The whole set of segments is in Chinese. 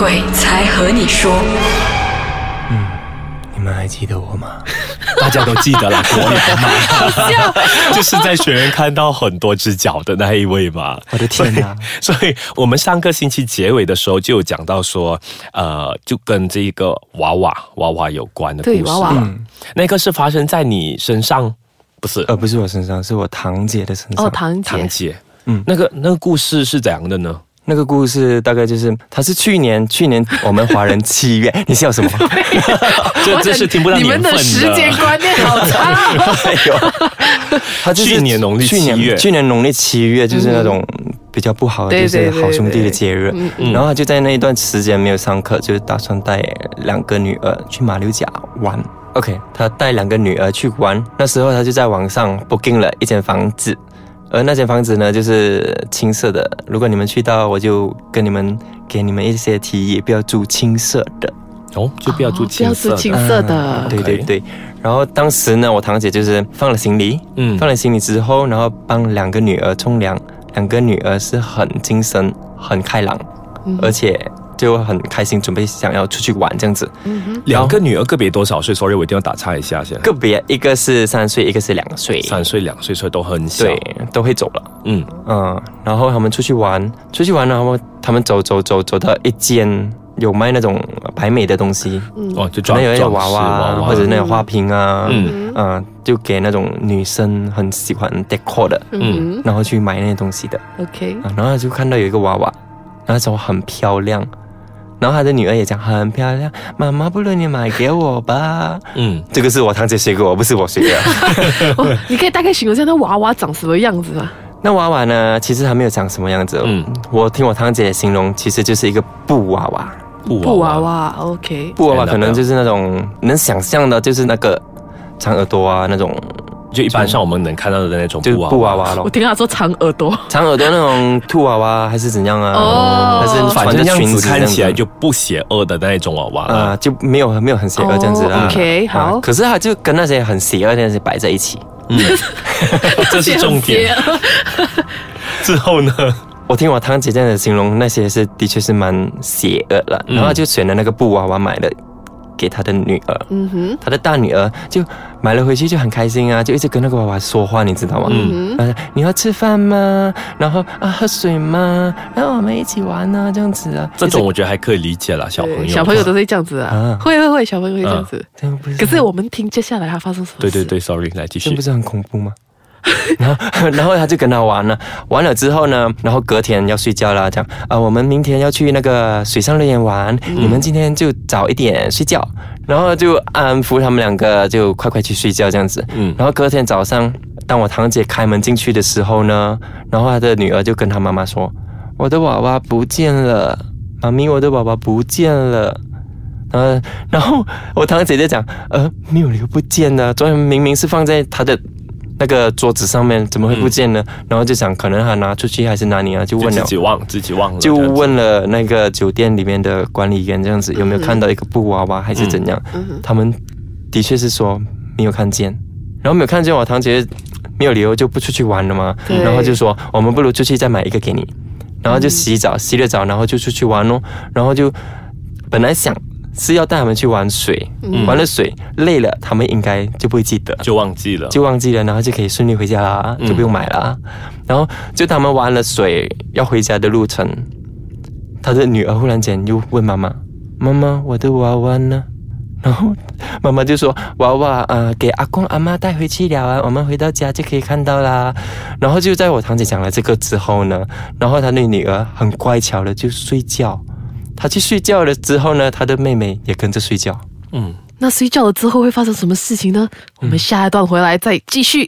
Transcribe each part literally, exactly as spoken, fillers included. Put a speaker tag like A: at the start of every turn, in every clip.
A: 鬼才和你说。
B: 嗯，你们还记得我吗？
C: 大家都记得啦，国聊嘛，就是在学院看到很多只脚的那一位嘛。
B: 我的天哪！
C: 所以，所以我们上个星期结尾的时候就有讲到说，呃，就跟这个娃娃娃娃有关的故事。
D: 对，娃娃、
C: 嗯，那个是发生在你身上，不是？
B: 呃，不是我身上，是我堂姐的身上。
D: 哦，堂姐，
C: 堂姐，嗯，那个那个故事是怎样的呢？
B: 那个故事大概就是，他是去年去年我们华人七月，你笑什么？
C: 这这是听不到年份的。
D: 你们的时间观念好差。
B: 哎呦，他就是
C: 去年农历七月，
B: 去年农历七月就是那种比较不好的，就是好兄弟的节日。然后他就在那一段时间没有上课，就是打算带两个女儿去马六甲玩。OK， 他带两个女儿去玩，那时候他就在网上 booking 了一间房子。而那间房子呢，就是青色的。如果你们去到，我就跟你们给你们一些提议，不要住青色的
C: 哦，就不要住青色的。
D: 哦、不要住青色的、
B: 啊。对对对。然后当时呢，我堂姐就是放了行李，嗯，放了行李之后，然后帮两个女儿冲凉。两个女儿是很精神、很开朗，嗯、而且就很开心，准备想要出去玩这样子。
C: 嗯、两个女儿个别多少岁 ？Sorry， 我一定要打岔一下先。
B: 个别一个是三岁，一个是两岁。
C: 三岁、两岁，所以都很小，
B: 对，都会走了。嗯嗯，然后他们出去玩，出去玩，然后他们走走走走到一间有卖那种白美的东西，嗯、
C: 哦，就
B: 可能有一些娃娃或者那种花瓶啊，嗯嗯、呃，就给那种女生很喜欢 decor 的，嗯，然后去买那些东西的。
D: OK，、
B: 啊、然后就看到有一个娃娃，那种很漂亮。然后他的女儿也讲很漂亮，妈妈，不如你买给我吧。嗯，这个是我堂姐学给我，不是我学的。
D: 哦，你可以大概形容一下那娃娃长什么样子吗？
B: 那娃娃呢，其实还没有长什么样子。嗯，我听我堂姐形容，其实就是一个布娃娃。
C: 布娃娃,
D: 布娃娃 ，OK。
B: 布娃娃可能就是那种能想象的，就是那个长耳朵啊那种。
C: 就一般上我们能看到的那种
B: 布娃娃，布娃娃咯。
D: 我听他说长耳朵，
B: 长耳朵那种兔娃娃还是怎样啊？
D: 哦，
B: 还是
C: 反正样子看起来就不邪恶的那种娃娃啊、
B: 呃，就没有没有很邪恶这样子啦。
D: 哦、OK， 好、
B: 啊。可是他就跟那些很邪恶的东西摆在一起，
C: 嗯，这是重点。之后呢？
B: 我听我堂姐这样的形容，那些是的确是蛮邪恶了，嗯、然后就选了那个布娃娃买了。给他的女儿，嗯哼，他的大女儿就买了回去就很开心啊，就一直跟那个娃娃说话，你知道吗？嗯哼，你要吃饭吗？然后啊，喝水吗？然后我们一起玩啊，这样子啊。
C: 这种我觉得还可以理解啦，小朋友，
D: 小朋友都是这样子啊，啊会会会，小朋友会这样子。
B: 啊、
D: 可是我们听接下来他发生什么事？
C: 对对对 ，sorry， 来继续。
B: 这不是很恐怖吗？然后，然后他就跟他玩了，玩了之后呢，然后隔天要睡觉了，讲啊，我们明天要去那个水上乐园玩，嗯、你们今天就早一点睡觉，然后就安抚他们两个，就快快去睡觉这样子。嗯，然后隔天早上，当我堂姐开门进去的时候呢，然后她的女儿就跟她妈妈说：“我的娃娃不见了，妈咪，我的娃娃不见了。”呃，然后我堂姐就讲：“呃，没有理由不见的，昨天明明是放在她的。”那个桌子上面怎么会不见呢？嗯、然后就想，可能他拿出去还是哪里啊？就问了，
C: 就自己忘，自己忘了，
B: 就问了那个酒店里面的管理员，这样子有没有看到一个布娃娃，还是怎样？嗯、他们的确是说没有看见，然后没有看见，我堂姐没有理由就不出去玩了嘛。然后就说，我们不如出去再买一个给你，然后就洗澡，洗了澡，然后就出去玩哦。然后就本来想。是要带他们去玩水，嗯、玩了水累了，他们应该就不会记得，
C: 就忘记了，
B: 就忘记了，然后就可以顺利回家啦，嗯、就不用买了。然后就他们玩了水要回家的路程，他的女儿忽然间又问妈妈：“妈妈，我的娃娃呢？”然后妈妈就说：“娃娃啊、呃，给阿公阿妈带回去了啊，我们回到家就可以看到啦。”然后就在我堂姐讲了这个之后呢，然后他的女儿很乖巧的就睡觉。他去睡觉了之后呢，他的妹妹也跟着睡觉。
D: 嗯，那睡觉了之后会发生什么事情呢？嗯、我们下一段回来再继续。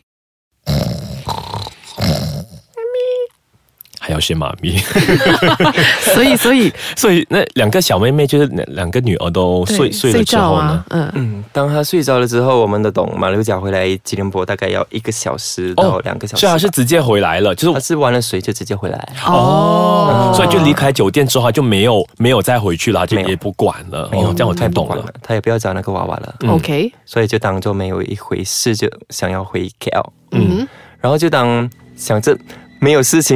C: 还要学妈咪，
D: 所以所以
C: 所以那两个小妹妹就是两个女儿都睡睡了之后呢，
B: 嗯嗯，当她睡着了之后，我们都懂马六甲回来吉隆坡大概要一个小时到两个小时，
C: 所以她是直接回来了，就是
B: 她是玩了水就直接回来
C: 哦，所以就离开酒店之后就没有没有再回去了，就也不管了，哦，这样我太懂了，
B: 她也不要找那个娃娃了
D: ，OK，
B: 所以就当做没有一回事，就想要回 K L， 嗯，然后就当想着没有事情。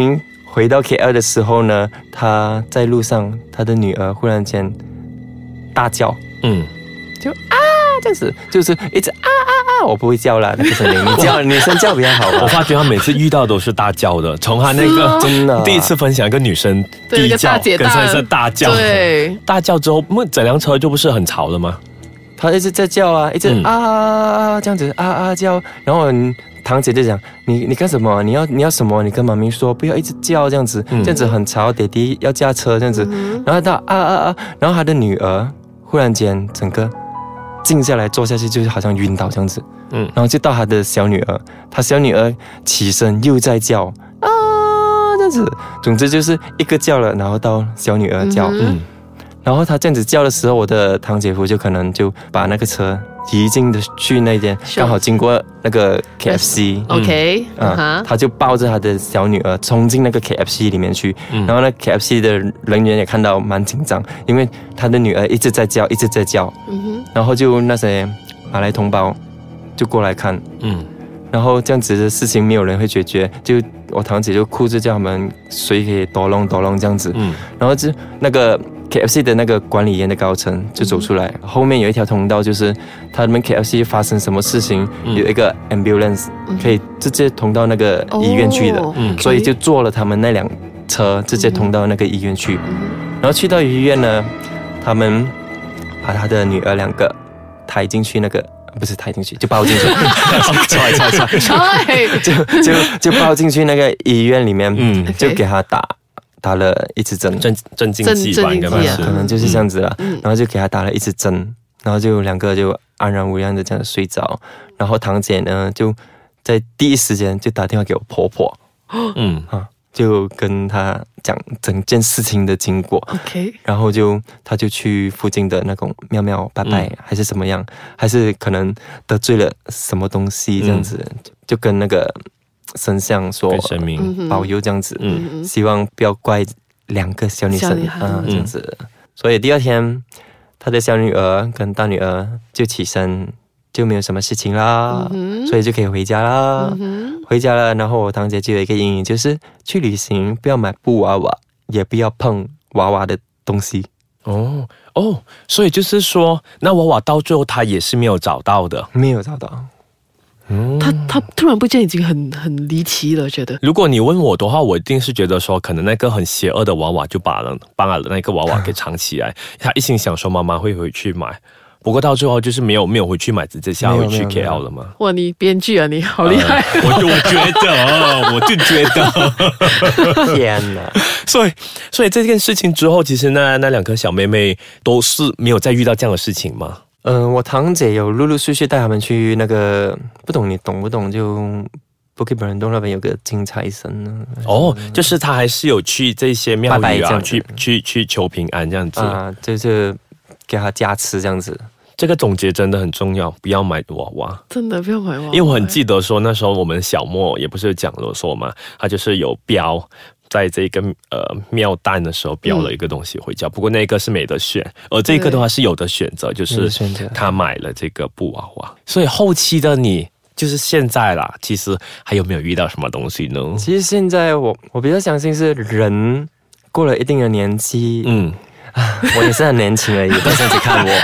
B: 回到 K L 的时候呢，他在路上，他的女儿忽然间大叫，
C: 嗯，
B: 就啊这样子，就是一直啊啊啊，我不会叫啦，那个声音，你叫女生叫比较好吧。
C: 我发觉他每次遇到都是大叫的，从他那个
B: 真的
C: 第一次分享一个女生低叫，跟上一次大叫，
D: 对，
C: 大叫之后，那整辆车就不是很吵了吗？
B: 他一直在叫啊，一直啊啊啊这样子啊啊叫，然后堂姐就讲你你干什么？你要你要什么？你跟妈咪说，不要一直叫这样子，这样子很吵，爹爹要驾车这样子。然后他啊啊啊，然后他的女儿忽然间整个静下来坐下去，就是好像晕倒这样子。嗯，然后就到他的小女儿，他小女儿起身又在叫啊这样子，总之就是一个叫了，然后到小女儿叫，嗯。然后他这样子叫的时候，我的堂姐夫就可能就把那个车移进的去那边，刚好经过那个 K F C，OK， 啊，他就抱着他的小女儿冲进那个 K F C 里面去，嗯、然后那 K F C 的人员也看到蛮紧张，因为他的女儿一直在叫，一直在叫，嗯哼，然后就那些马来同胞就过来看，嗯，然后这样子的事情没有人会解决，就我堂姐就哭着叫他们谁可以多弄多弄这样子，嗯，然后就那个。K F C 的那个管理员的高层就走出来，嗯、后面有一条通道，就是他们 K F C 发生什么事情，嗯、有一个 ambulance、嗯、可以直接通到那个医院去的，哦、所以就坐了他们那辆车直接通到那个医院去。嗯、然后去到医院呢，他们把他的女儿两个抬进去，那个不是抬进去，就抱进去，错错错，就就就抱进去那个医院里面，嗯、就给他打。打了一支针，
C: 镇镇静剂吧，应该是，
B: 可能就是这样子了。嗯、然后就给他打了一支针，然后就两个就安然无恙的这样睡着。然后堂姐呢，就在第一时间就打电话给我婆婆，嗯啊，就跟她讲整件事情的经过。
D: OK，
B: 然后就她就去附近的那种庙庙拜拜，嗯、还是什么样，还是可能得罪了什么东西这样子，嗯、就跟那个。神像说保佑这样子，嗯、希望不要怪两个小女生啊这样子。嗯、所以第二天，他的小女儿跟大女儿就起身，就没有什么事情啦，嗯、所以就可以回家啦。嗯、回家了，然后我堂姐就有一个阴影，就是去旅行不要买布娃娃，也不要碰娃娃的东西。
C: 哦哦，所以就是说，那娃娃到最后他也是没有找到的，
B: 没有找到。
D: 他他突然不见已经很很离奇了，觉得。
C: 如果你问我的话，我一定是觉得说，可能那个很邪恶的娃娃就把了把那个娃娃给藏起来，他一心想说妈妈会回去买，不过到最后就是没有没有回去买，直接下回去 K L 了嘛。
D: 哇，你编剧啊，你好厉害！
C: 呃、我我觉得，我就觉得，
B: 天哪！
C: 所以所以这件事情之后，其实那那两颗小妹妹都是没有再遇到这样的事情吗？
B: 嗯、呃，我堂姐有陆陆续续带他们去那个，不懂你懂不懂？就布吉本人洞那边有个金财神呢。
C: 哦，就是他还是有去这些庙宇啊，去去去求平安这样子
B: 啊，就是给他加持这样子。
C: 这个总结真的很重要，不要买娃娃，
D: 真的不要买娃娃。
C: 因为我很记得说那时候我们小莫也不是讲了说嘛，他就是有标。在这个呃庙诞的时候标了一个东西回家，嗯、不过那个是没得选，而这个的话是有的选择，就是他买了这个布娃娃。所以后期的你就是现在啦，其实还有没有遇到什么东西呢？
B: 其实现在我我比较相信是人过了一定的年纪，嗯。我也是很年轻而已，不要这样子看我。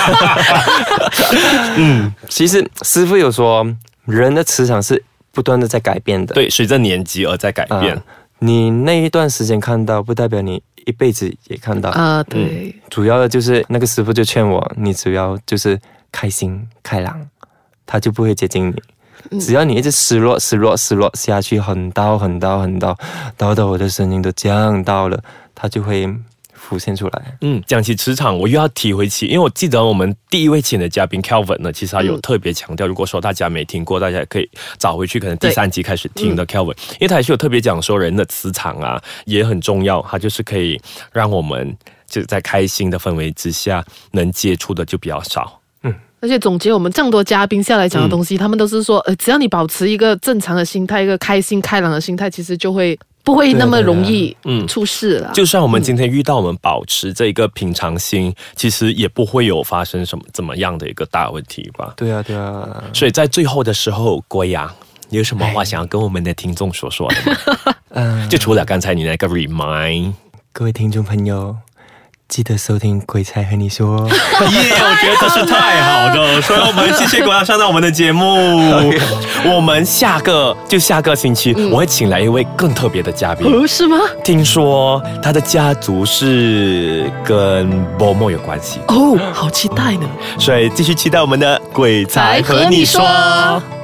B: 嗯，其实师父有说，人的磁场是不断的在改变的，
C: 对，随着年纪而在改变。呃
B: 你那一段时间看到，不代表你一辈子也看到
D: 啊。对、嗯，
B: 主要的就是那个师父就劝我，你只要就是开心开朗，他就不会接近你。嗯、只要你一直失落、失落、失落下去，很高、很高、很高，到到我的声音都降到了，他就会浮现出来。
C: 嗯，讲起磁场，我又要提回起，因为我记得我们第一位请的嘉宾 Kelvin 呢，其实他有特别强调，如果说大家没听过，大家也可以找回去，可能第三集开始听的 Kelvin，、嗯、因为他也是有特别讲说，人的磁场啊也很重要，它就是可以让我们就在开心的氛围之下，能接触的就比较少。
D: 而且总结我们这么多嘉宾下来讲的东西，嗯、他们都是说，呃，只要你保持一个正常的心态，一个开心开朗的心态，其实就会不会那么容易出事了。
C: 就算我们今天遇到，我们保持这一个平常心，嗯、其实也不会有发生什么怎么样的一个大问题吧？
B: 对啊，对啊。
C: 所以在最后的时候，郭阳，你有什么话想要跟我们的听众说说的吗？
B: 嗯，
C: 就除了刚才你那个 remind，
B: 各位听众朋友，记得收听《鬼才和你说》。
C: 耶，我觉得这是太好的，所以我们谢谢国阳上到我们的节目。我们下个就下个星期，我会请来一位更特别的嘉宾。
D: 哦，是吗？
C: 听说他的家族是跟波莫有关系
D: 哦，好期待呢。
C: 所以继续期待我们的鬼才和你说。